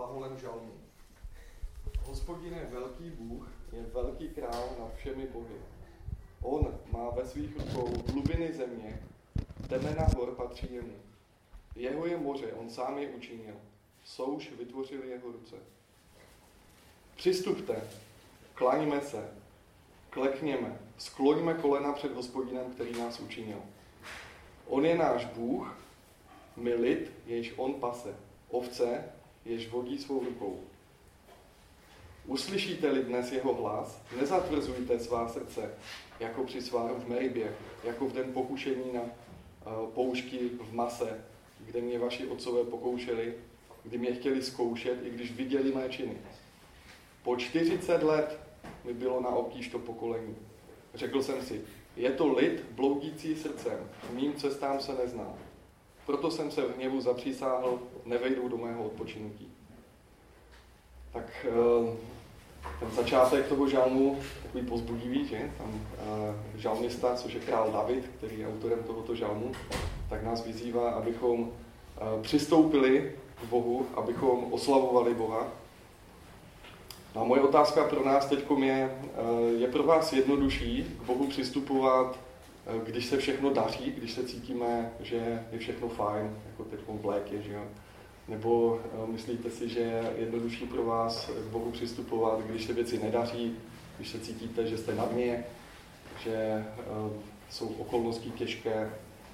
hlaholem žalmu. Hospodin je velký Bůh, je velký král nad všemi bohy. On má ve svých rukou hlubiny země, temena hor patří jemu. Jeho je moře, on sám je učinil. Souš vytvořili jeho ruce. Přistupte, klaňme se, klekněme, skloňme kolena před Hospodinem, který nás učinil. On je náš Bůh, my lid, jež on pase, ovce, jež vodí svou rukou. Uslyšíte-li dnes jeho hlas, nezatvrzujte svá srdce, jako při sváru v Meribě, jako v den pokušení na poušti v Mase, kde mě vaši otcové pokoušeli, kdy mě chtěli zkoušet, i když viděli mé činy. Po 40 let mi bylo na obtíž to pokolení. Řekl jsem si, je to lid bloudící srdcem, mým cestám se nezná. Proto jsem se v hněvu zapřísáhl, nevejdou do mého odpočinutí. Tak ten začátek toho žalmu, takový povzbudivý, že? Tam žalmista, což je král David, který je autorem tohoto žalmu, tak nás vyzývá, abychom přistoupili k Bohu, abychom oslavovali Boha. No a moje otázka pro nás teď je pro vás jednodušší k Bohu přistupovat, když se všechno daří, když se cítíme, že je všechno fajn, jako teď v létě, že jo? Nebo myslíte si, že je jednodušší pro vás k Bohu přistupovat, když se věci nedaří, když se cítíte, že jste na dně, že jsou okolnosti těžké.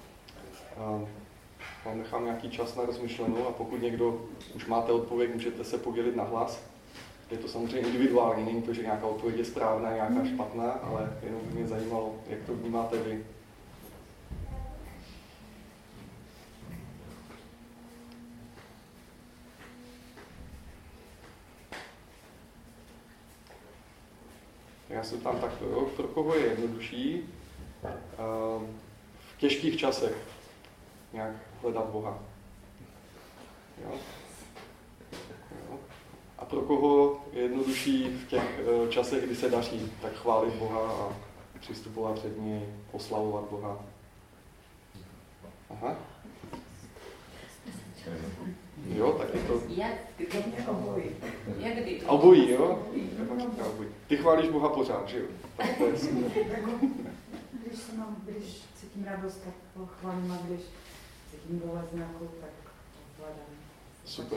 Vám nechám nějaký čas na rozmyšlenou a pokud někdo už máte odpověď, můžete se podělit na hlas. Je to samozřejmě individuální, není to, že nějaká odpověď je správná, nějaká špatná, ale jenom by mě zajímalo, jak to vnímáte vy. Já se tam takto, jo, pro koho je jednodušší v těžkých časech nějak hledat Boha. Jo? Jo. A pro koho je jednodušší v těch časech, kdy se daří, tak chválit Boha a přistupovat před něj, oslavovat Boha. Aha. Jo, tak je to... Obojí, jo? Ty chválíš Boha pořád, že jo? Tak to je super. Když cítím radost, tak chválím, a když cítím bolest nějakou, tak chválím. Super.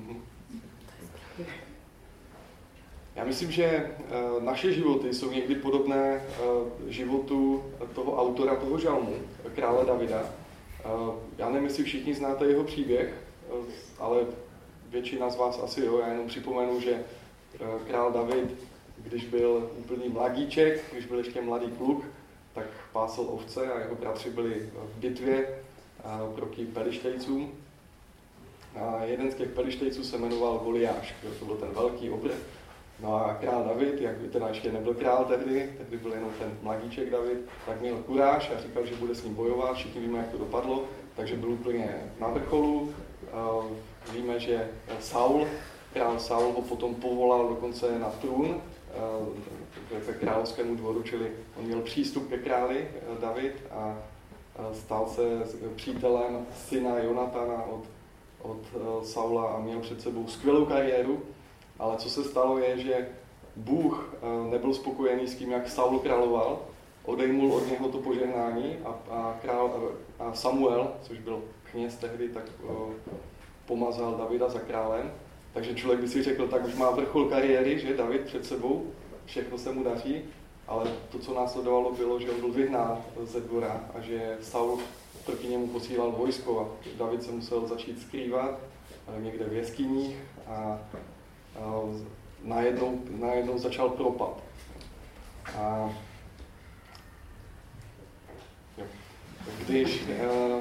Já myslím, že naše životy jsou někdy podobné životu toho autora toho žalmu, krále Davida. Já nevím, jestli všichni znáte jeho příběh, ale většina z vás asi jo. Já jenom připomenu, že král David, když byl úplný mladíček, když byl ještě mladý kluk, tak pásl ovce a jeho bratři byli v bitvě proti Pelištejcům. A jeden z těch Pelištejců se jmenoval Goliáš, to byl ten velký obr. No a král David, jak by teda ještě nebyl král tehdy byl jenom ten mladíček David, tak měl kuráž a říkal, že bude s ním bojovat, všichni víme, jak to dopadlo, takže byl úplně na vrcholu. Víme, že král Saul ho potom povolal dokonce na trůn, ke královskému dvoru, čili on měl přístup ke králi David a stal se přítelem syna Jonatana od Saula a měl před sebou skvělou kariéru, ale co se stalo je, že Bůh nebyl spokojený s tím, jak Saul královal, odejmul od něho to požehnání a Samuel, což byl kněz tehdy, tak pomazal Davida za králem. Takže člověk by si řekl, tak už má vrchol kariéry, že David před sebou, všechno se mu daří, ale to, co následovalo, bylo, že on byl vyhnán ze dvora a že Saul proti němu posílal vojsko a David se musel začít skrývat někde v jeskyních a najednou začal propad. A když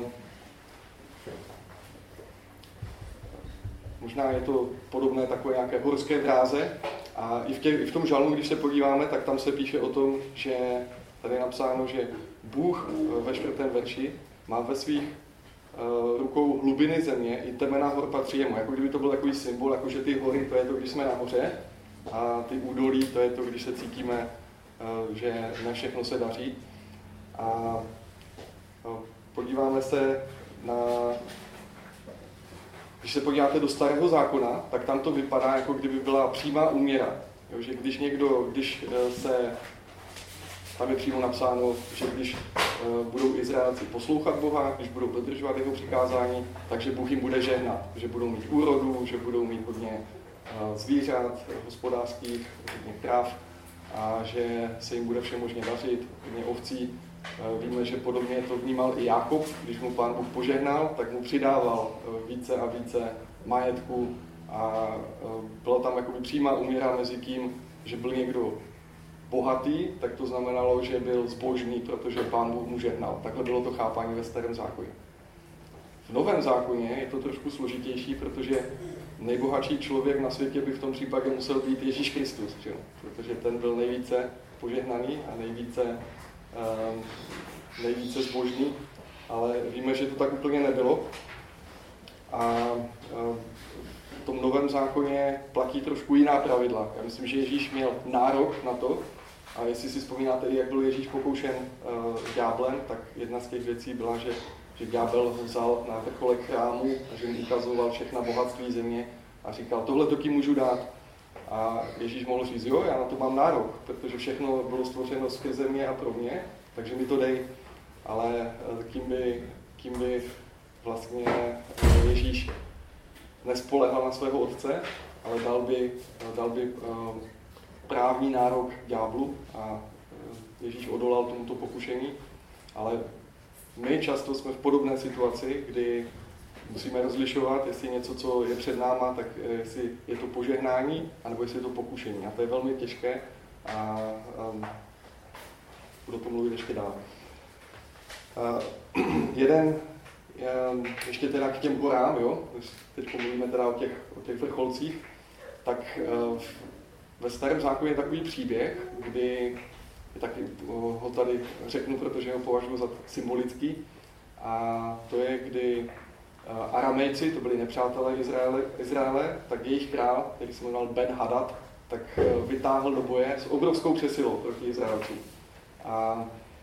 možná je to podobné takové nějaké horské dráze a i v tom žalmu, když se podíváme, tak tam se píše o tom, že tady je napsáno, že Bůh ve 4. verši má ve svých rukou hlubiny země, i temena hor patří jemu. Jako kdyby to byl takový symbol, jako že ty hory, to je to, když jsme nahoře, a ty údolí, to je to, když se cítíme, že ne všechno se daří. A podíváme se na Když se podíváte do Starého zákona, tak tam to vypadá, jako kdyby byla přímá úměra. Jo, že když se, tam je přímo napsáno, že když budou Izraelci poslouchat Boha, když budou dodržovat jeho přikázání, takže Bůh jim bude žehnat, že budou mít úrodu, že budou mít hodně zvířat, hospodářských, hodně krav a že se jim bude všemožně dařit, hodně ovcí. Víme, že podobně to vnímal i Jákob, když mu Pán Bůh požehnal, tak mu přidával více a více majetku a byla tam jakoby přímá úměra mezi tím, že byl někdo bohatý, tak to znamenalo, že byl zbožný, protože Pán Bůh mu žehnal. Takhle bylo to chápání ve Starém zákoně. V Novém zákoně je to trošku složitější, protože nejbohatší člověk na světě by v tom případě musel být Ježíš Kristus, že? Protože ten byl nejvíce požehnaný a nejvíce zbožný, ale víme, že to tak úplně nebylo. A v tom Novém zákoně platí trošku jiná pravidla. Já myslím, že Ježíš měl nárok na to, a jestli si vzpomínáte, jak byl Ježíš pokoušen ďáblem, tak jedna z těch věcí byla, že ďábel ho vzal na vrcholek chrámu a že mu ukazoval všechna bohatství země a říkal, tohle to ti můžu dát. A Ježíš mohl říct, jo, já na to mám nárok, protože všechno bylo stvořeno skrze mě a pro mě, takže mi to dej. Ale kým by vlastně Ježíš nespolehal na svého otce, ale dal by právní nárok ďáblu a Ježíš odolal tomuto pokušení. Ale my často jsme v podobné situaci, kdy musíme rozlišovat, jestli něco, co je před náma, tak jestli je to požehnání, anebo jestli je to pokušení. A to je velmi těžké a budu o tom mluvit ještě dál. Ještě teda k těm horám, jo? Teď pomluvíme teda o těch vrcholcích, tak ve Starém zákoně je takový příběh, kdy taky ho tady řeknu, protože ho považuji za symbolický. A to je, kdy Aramejci, to byli nepřátelé Izraele, tak jejich král, který se jmenoval Ben-Hadad, tak vytáhl do boje s obrovskou přesilou proti Izraelcům. A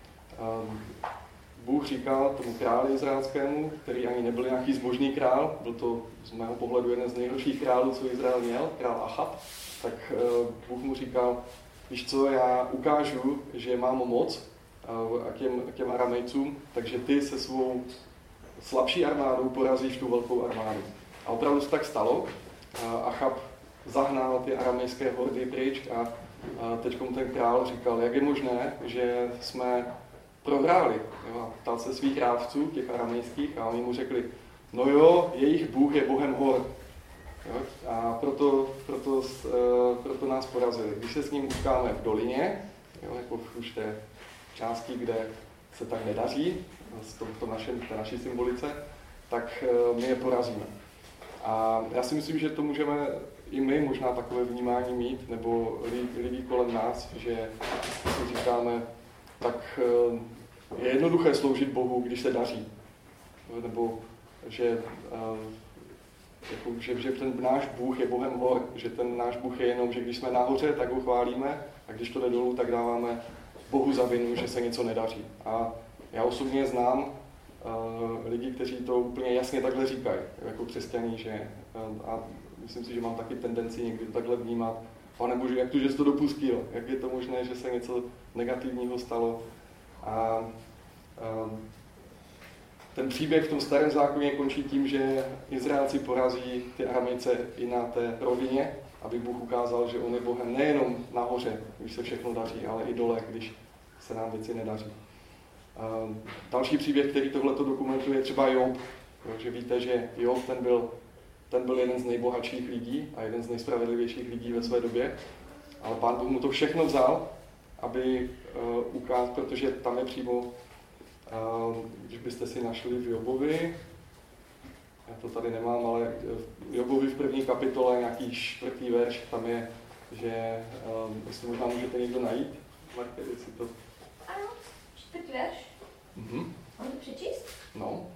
Bůh říkal tomu králi izraelskému, který ani nebyl nějaký zbožný král, byl to z mého pohledu jeden z nejhorších králů, co Izrael měl, král Achab, tak Bůh mu říkal, víš co, já ukážu, že mám moc těm Aramejcům, takže ty se svou slabší armádou porazíš tu velkou armádu. A opravdu se tak stalo. Achab zahnal ty aramejské hordy pryč a teď ten král říkal, jak je možné, že jsme prohráli. Jo, ptal se svých rádců, těch aramejských, a oni mu řekli, no jo, jejich Bůh je Bohem hor. Jo, a proto nás porazili. Když se s ním utkáme v dolině, jo, jako už té části, kde se tak nedaří, té naší symbolice, tak my je porazíme. A já si myslím, že to můžeme i my možná takové vnímání mít, nebo lidi kolem nás, že si říkáme, tak je jednoduché sloužit Bohu, když se daří. Nebo že ten náš Bůh je Bohem hor, že ten náš Bůh je jenom, že když jsme nahoře, tak ho chválíme, a když to jde dolů, tak dáváme Bohu za vinu, že se něco nedaří. A já osobně znám lidi, kteří to úplně jasně takhle říkají, jako křesťaní, že a myslím si, že mám taky tendenci někdy takhle vnímat. Pane Bože, jak to, že jsi to dopustil? Jak je to možné, že se něco negativního stalo? A ten příběh v tom Starém zákoně končí tím, že Izraelci porazí ty Aramejce i na té rovině, aby Bůh ukázal, že on je Bohem nejenom nahoře, když se všechno daří, ale i dole, když se nám věci nedaří. Další příběh, který tohleto dokumentuje, je třeba Job. Že víte, že Job ten byl jeden z nejbohatších lidí a jeden z nejspravedlivějších lidí ve své době. Ale Pán Bůh mu to všechno vzal, aby ukázal, protože tam je přímo, když byste si našli v Jobovi, já to tady nemám, ale v Jobovi v 1. kapitole nějaký 4. verš, tam je, že jestli možná můžete někdo najít. Marke, jestli to... Ano, 4. verš. Mám to přečíst? No.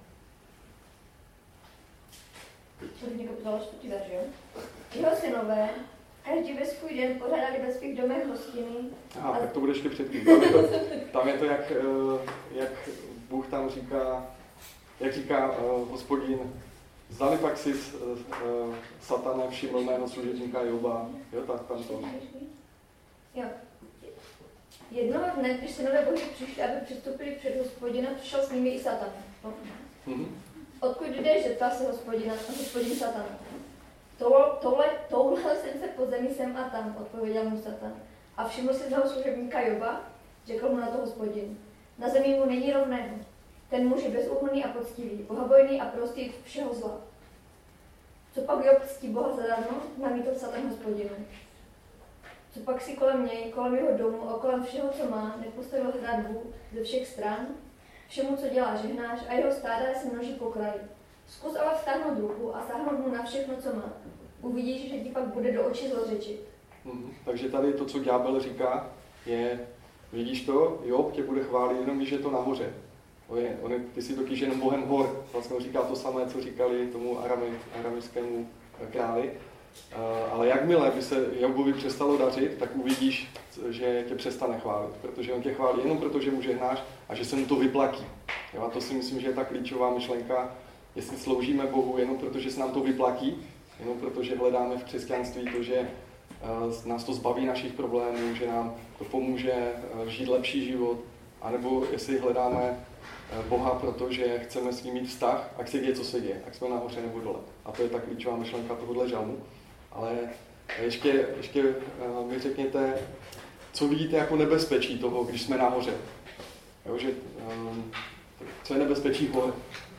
1. kapitola 4. verš, jo? Jeho synové, každý ve svůj den pořádali ve svých domech hostiny. Aha, tak to bude ještě předtím. Tam je to jak Bůh tam říká, jak říká Hospodin, zdali pak si Satané všiml mého služebníka Joba, jo, tak tam to. Jo. Jednoho dne, když synové Boží přišli, aby přistoupili před Hospodina, přišel s nimi i Satan. Odkud jdeš, zeptal se Hospodin Satana. Touhlal jsem se po zemi sem a tam, odpověděl mu Satan. A všiml si toho služebníka Joba, řekl mu na to Hospodin. Na zemi mu není rovného. Ten muž je bezúhonný a poctivý, bohabojný a prostý všeho zla. Co pak Job ctí Boha zadarmo, namítl Satan Hospodinu. Co pak si kolem něj, kolem jeho domu a kolem všeho, co má, nepostavil hradbu ze všech stran? Všemu, co dělá, žehnáš a jeho stáda se množí po kraji. Zkus ale vstáhnout ruku a sáhnout mu na všechno, co má. Uvidíš, že ti pak bude do očí zlořečit. Takže tady to, co ďábel říká, je, vidíš to, Job tě bude chválit jenom, když je to nahoře. Ty jsi totiž jenom bohem hor. Vlastně on říká to samé, co říkali tomu aramejskému králi. Ale jakmile by se Jobovi přestalo dařit, tak uvidíš, že tě přestane chválit. Protože on tě chválí jenom proto, že mu žehnáš a že se mu to vyplatí. Jo, a to si myslím, že je ta klíčová myšlenka, jestli sloužíme Bohu jenom proto, že se nám to vyplatí, jenom proto, že hledáme v křesťanství to, že nás to zbaví našich problémů, že nám to pomůže žít lepší život, anebo jestli hledáme Boha, protože chceme s ním mít vztah, ať se děje, co se děje, ať jsme nahoře nebo dole. A to je ta klíčová myšlenka tohohle žalmu. Ale ještě mi řekněte, co vidíte jako nebezpečí toho, když jsme nahoře. Jo, že, co je nebezpečí hor?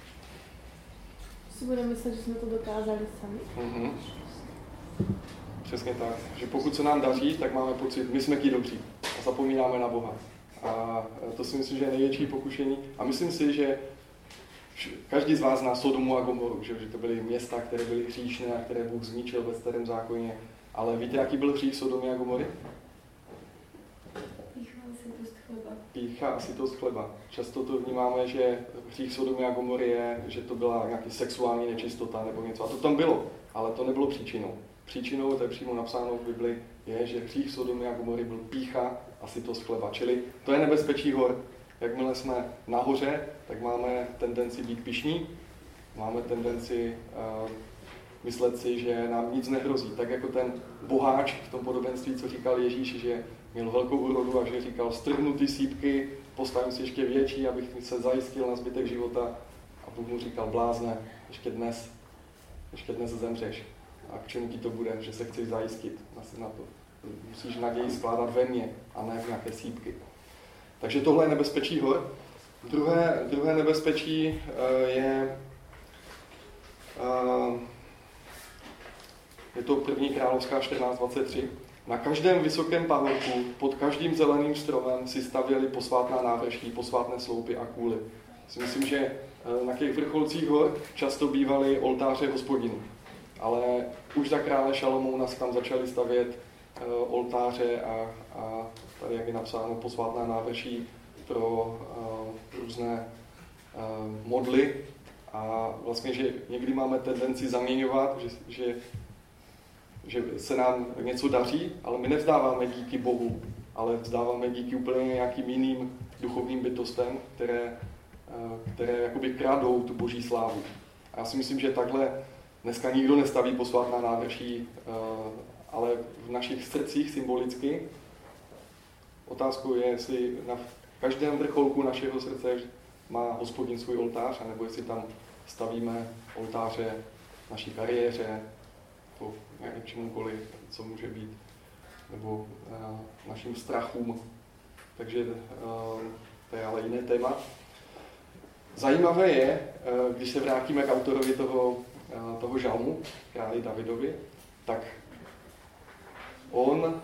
Si budeme myslet, že jsme to dokázali sami. Přesně tak. Že pokud se nám daří, tak máme pocit, my jsme ti dobří a zapomínáme na Boha. A to si myslím, že je největší pokušení. A myslím si, že každý z vás zná Sodomu a Gomoru, že to byly města, které byly hříšné a které Bůh zničil ve Starém zákoně. Ale víte, jaký byl hřích Sodomy a Gomory? Pýcha a sytost chleba. Často to vnímáme, že hřích Sodomy a Gomory je, že to byla nějaká sexuální nečistota nebo něco. A to tam bylo, ale to nebylo příčinou. Příčinou, to je přímo napsáno v Bibli, je, že hřích Sodomy a Gomory byl pýcha a sytost chleba. Čili to je nebezpečí hor. Jakmile jsme nahoře, tak máme tendenci být pyšní, máme tendenci myslet si, že nám nic nehrozí. Tak jako ten boháč v tom podobenství, co říkal Ježíš, že měl velkou úrodu a že říkal, strhnu ty sýpky, postavím si ještě větší, abych se zajistil na zbytek života. A Bůh mu říkal, blázne, ještě dnes zemřeš. A k čemu ti to bude, že se chceš zajistit na to. Musíš naději skládat ve mně a ne v nějaké sýpky. Takže tohle je nebezpečí hor. Druhé nebezpečí je to 1. Královská 14:23. Na každém vysokém pahorku, pod každým zeleným stromem si stavěli posvátná návrší, posvátné sloupy a kůly. Myslím, že na těch vrcholcích hor často bývaly oltáře Hospodinu. Ale už za krále Šalomouna se tam začali stavět oltáře a tady, jak je napsáno, posvátná návrší pro různé modly. A vlastně, že někdy máme tendenci zaměňovat, že se nám něco daří, ale my nevzdáváme díky Bohu, ale vzdáváme díky úplně nějakým jiným duchovním bytostem, které jakoby kradou tu boží slávu. A já si myslím, že takhle dneska nikdo nestaví posvátná návrší, ale v našich srdcích symbolicky. Otázkou je, jestli na každém vrcholku našeho srdce má Hospodin svůj oltář, anebo jestli tam stavíme oltáře naší kariéře, po čemukoliv, co může být, nebo našim strachům. Takže to je ale jiné téma. Zajímavé je, když se vrátíme k autorovi toho žalmu, králi Davidovi, tak on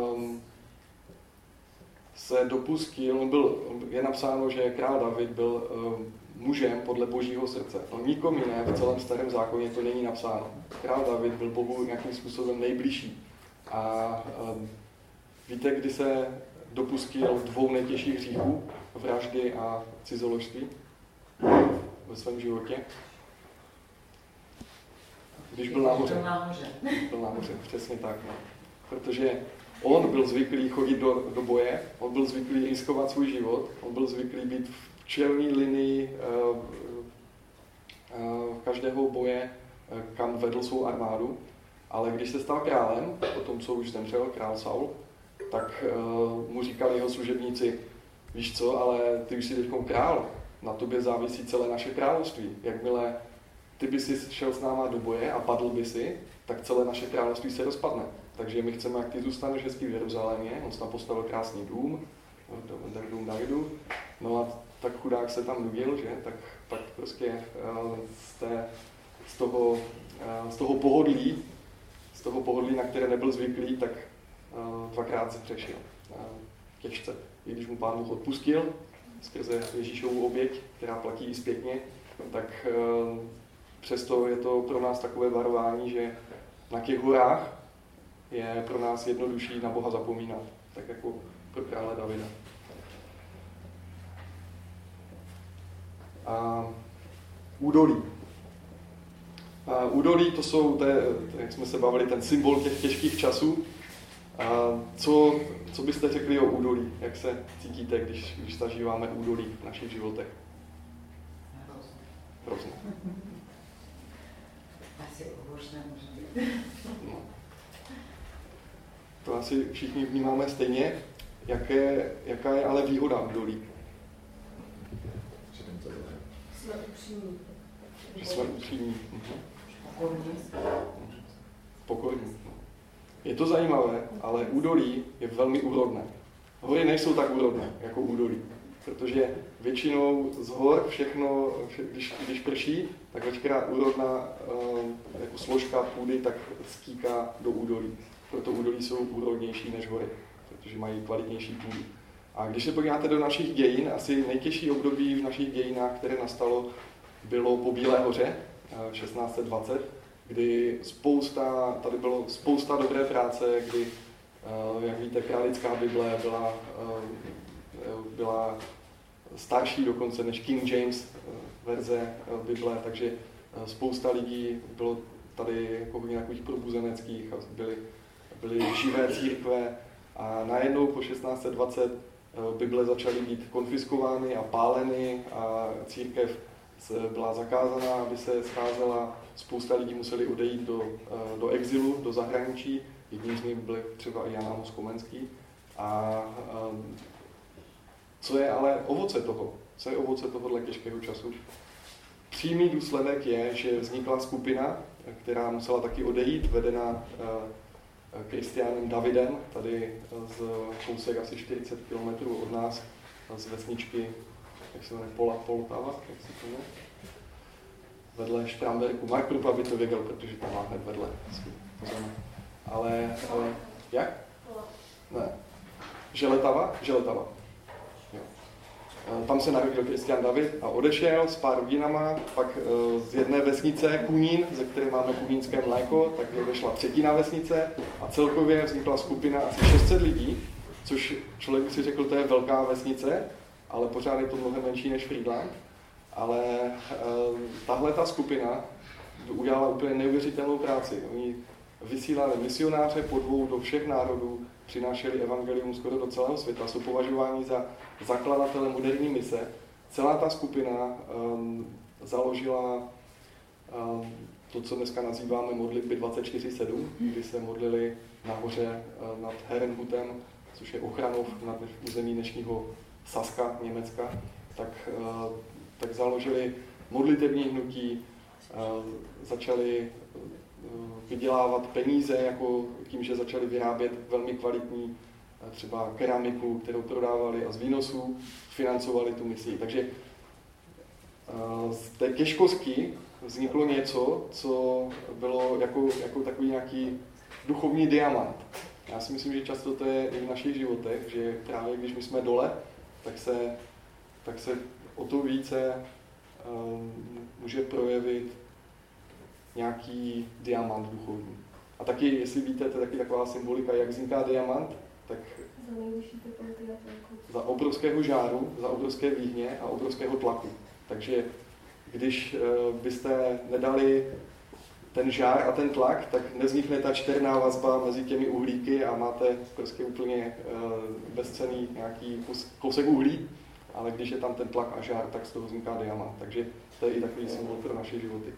se dopustil, je napsáno, že král David byl mužem podle božího srdce. No nikom jiné v celém Starém zákoně to není napsáno. Král David byl Bohu nějakým způsobem nejbližší. A víte, kdy se dopustil 2 nejtěžších hříchů, vraždy a cizoložství ve svém životě? Když byl nahoře. Byl nahoře, přesně tak. No. Protože on byl zvyklý chodit do boje, on byl zvyklý riskovat svůj život, on byl zvyklý být v čelní linii každého boje, kam vedl svou armádu, ale když se stal králem, potom co už zemřel král Saul, tak mu říkali jeho služebníci, víš co, ale ty už jsi teďkom král, na tobě závisí celé naše království. Jakmile ty by si šel s náma do boje a padl by si, tak celé naše království se rozpadne. Takže my chceme, jak ty zůstaneš hezký v Jeruzalémě, on tam postavil krásný dům, dům Davidu, no a tak chudák se tam nudil, že? Tak prostě z toho pohodlí, na které nebyl zvyklý, tak dvakrát se přešel těžce. I když mu Pán Bůh odpustil skrze Ježíšovu oběť, která platí i zpětně, tak přesto je to pro nás takové varování, že na těch horách je pro nás jednodušší na Boha zapomínat, tak jako pro krále Davida. A údolí. Údolí to jsou, jak jsme se bavili, ten symbol těch těžkých časů. Co byste řekli o údolí? Jak se cítíte, když zažíváme údolí v našich životech? Hrozně. Asi možná může být. No. To asi všichni vnímáme stejně. Jaká je ale výhoda údolí? Jsme upřímní. Že jsme upřímní. Pokorní. Je to zajímavé, ale údolí je velmi úrodné. Hory nejsou tak úrodné jako údolí, protože většinou z hor všechno, když prší, tak veškerá úrodná jako složka půdy tak skýká do údolí. Proto údolí jsou úrodnější než hory, protože mají kvalitnější půdu. A když se podíváte do našich dějin, asi nejtěžší období v našich dějinách, které nastalo, bylo po Bílé hoře 1620, kdy tady bylo spousta dobré práce, kdy, jak víte, králická Bible byla starší dokonce než King James verze Bible, takže spousta lidí bylo tady jako hodně takových probuzeneckých, byly živé církve a najednou po 1620 Bible začaly být konfiskovány a páleny a církev byla zakázaná, aby se scházela. Spousta lidí museli odejít do exilu, do zahraničí. Jedním z nich byl třeba i Jan Amos Komenský. A co je ale ovoce toho? Co je ovoce tohohle těžkého času? Přímý důsledek je, že vznikla skupina, která musela taky odejít, vedená Kristiánem Davidem, tady z kousek asi 40 km od nás, z vesničky, jak se jmenuje, Poltava, jak se to jmenuje? Vedle Štramberku. Mark Krupa by to věděl, protože tam má hned vedle. Ale jak? Ne. Želetava? Želetava. Jo. Tam se narodil Kristián David a odešel s pár rodinama, pak z jedné vesnice Kunín, ze které máme kunínské mléko, tak odešla třetina vesnice a celkově vznikla skupina asi 600 lidí, což člověk si řekl, to je velká vesnice, ale pořád je to mnohem menší než Friedland. Ale tahle ta skupina udělala úplně neuvěřitelnou práci. Oni vysílali misionáře po dvou do všech národů, přinášeli evangelium skoro do celého světa, jsou považováni za zakladatele moderní mise. Celá ta skupina založila to, co dneska nazýváme modlitby 24/7, kdy se modlili nahoře nad Herrenhutem, což je Ochranov nad území dnešního Saska, Německa, tak založili modlitební hnutí, začali vydělávat peníze jako tím, že začali vyrábět velmi kvalitní třeba keramiku, kterou prodávali a z výnosů financovali tu misi. Takže z té těžkosti vzniklo něco, co bylo jako takový nějaký duchovní diamant. Já si myslím, že často to je i v našich životech, že právě když my jsme dole, tak se o to více může projevit nějaký diamant duchovní. A taky, jestli víte, to je taky taková symbolika, jak vzniká diamant, tak za obrovského žáru, za obrovské výhně a obrovského tlaku. Takže když byste nedali ten žár a ten tlak, tak nevznikne ta černá vazba mezi těmi uhlíky a máte prostě úplně bezcenný nějaký kousek uhlí, ale když je tam ten tlak a žár, tak z toho vzniká diamant. Takže To je i takový symbol pro naše životy.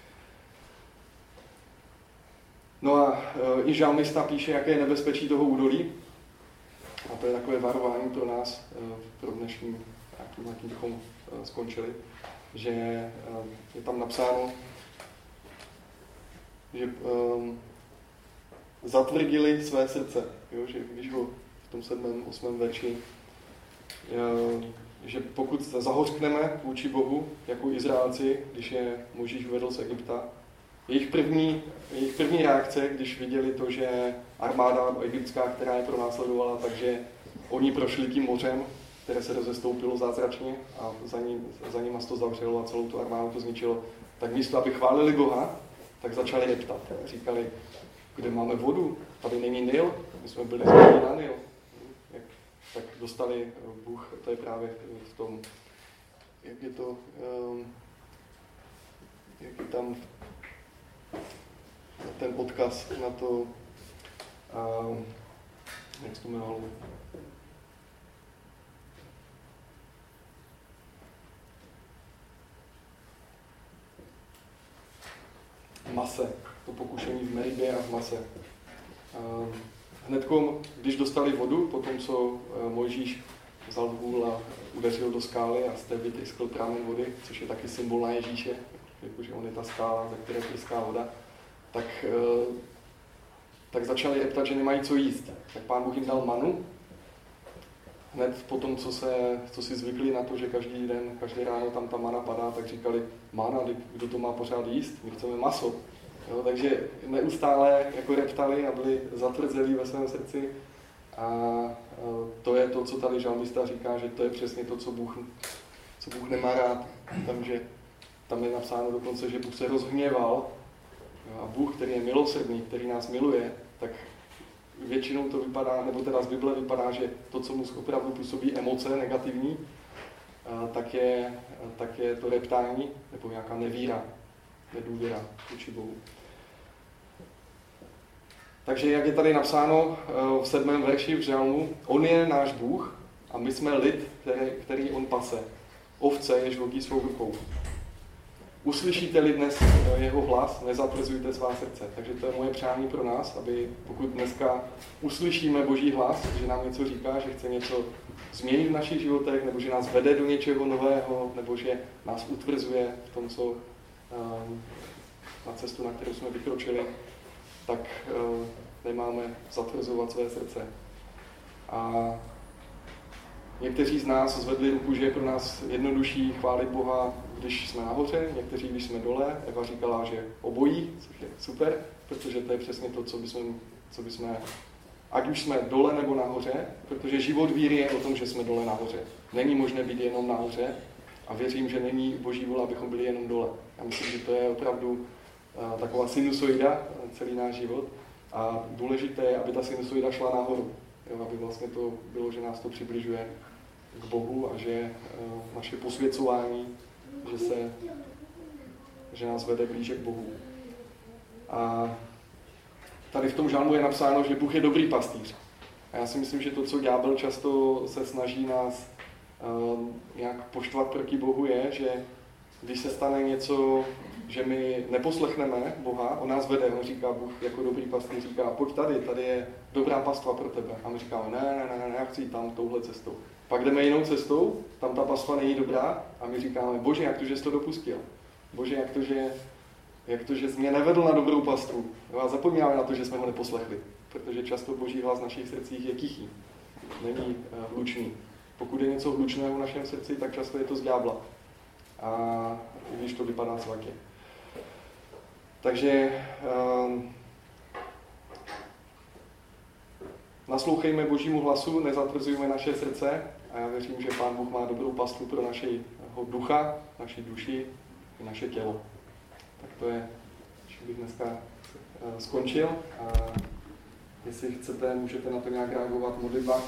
No a i žalmista píše, jaké je nebezpečí toho údolí. A to je takové varování pro nás, pro dnešním, jakým bychom skončili, že je tam napsáno, že zatvrdili své srdce, jo? Že když ho v tom 7., 8. verši, že pokud zahořkneme vůči Bohu, jako Izraelci, když je Mojžíš vedl z Egypta, jejich první reakce, když viděli to, že armáda egyptská, která je pronásledovala, takže oni prošli tím mořem, které se rozestoupilo zázračně a za nima to zavřelo a celou tu armádu to zničilo, tak místo, aby chválili Boha, tak začali reptat. Říkali, kde máme vodu, tady není Nil, my jsme byli zvoleni na Nil. Tak dostali Bůh, to je právě v tom, jak je to, jak je tam ten odkaz na to, jak se to jmenovalo? Mase, to pokušení v Meribě a v Mase. Hnedkom, když dostali vodu, potom co Mojžíš vzal vůl a udeřil do skály a z té vytryskl prámen vody, což je taky symbol na Ježíše, jakože on je ta skála, ze které tryská voda, tak začali reptat, že nemají co jíst. Tak Pán Bůh jim dal manu. Hned potom, co si zvykli na to, že každý den, každé ráno tam ta mana padá, tak říkali, mana, kdo to má pořád jíst? My chceme maso. Jo, takže neustále jako reptali a byli zatvrzelí ve svém srdci. A to je to, co tady žalmista říká, že to je přesně to, co Bůh nemá rád. Tam je napsáno dokonce, že Bůh se rozhněval. A Bůh, který je milosrdný, který nás miluje, tak většinou to vypadá, nebo teda z Bible vypadá, že to, co mu opravdu působí emoce negativní, tak je to reptání, nebo nějaká nevíra, nedůvěra vůči Bohu. Takže jak je tady napsáno v 7. verši v žalmu, on je náš Bůh a my jsme lid, který on pase. Ovce, jež vodí svou rukou. Uslyšíte-li dnes jeho hlas, nezatvrzujte svá srdce. Takže to je moje přání pro nás, aby pokud dneska uslyšíme Boží hlas, že nám něco říká, že chce něco změnit v našich životech, nebo že nás vede do něčeho nového, nebo že nás utvrzuje v tom, co na cestu, na kterou jsme vykročili, tak nemáme zatvrzovat své srdce. A někteří z nás zvedli ruku, že je pro nás jednodušší chválit Boha, když jsme nahoře, někteří, když jsme dole. Eva říkala, že obojí, což je super, protože to je přesně to, co bychom ať už jsme dole nebo nahoře, protože život víry je o tom, že jsme dole nahoře. Není možné být jenom nahoře a věřím, že není Boží vůle, abychom byli jenom dole. Já myslím, že to je opravdu taková sinusoida, celý náš život. A důležité je, aby ta sinusoida šla nahoru. Jo, aby vlastně to bylo, že nás to přibližuje k Bohu a že naše posvěcování, že nás vede blíže k Bohu. A tady v tom žalmu je napsáno, že Bůh je dobrý pastýř. A já si myslím, že to, co ďábel často se snaží nás nějak poštvat proti Bohu, je, že když se stane něco, že my neposlechneme Boha, on nás vede, on říká, Bůh jako dobrý pastýř říká, pojď tady je dobrá pastva pro tebe. A my říkáme, ne, já chci jít tam touhle cestou. Pak jdeme jinou cestou, tam ta pastva není dobrá a my říkáme, Bože, jak to, že jsi to dopustil? Bože, jak to, že jsi mě nevedl na dobrou pastvu? A zapomínáme na to, že jsme ho neposlechli, protože často Boží hlas v našich srdcích je tichý, není hlučný. Pokud je něco hlučného v našem srdci, tak často je to z ďábla. A když to vypadá svatě. Takže naslouchejme Božímu hlasu, nezatvrzujme naše srdce a já věřím, že Pán Bůh má dobrou pastvu pro našeho ducha, naši duši i naše tělo. Tak to je, že bych dneska skončil a jestli chcete, můžete na to nějak reagovat v modlitbách.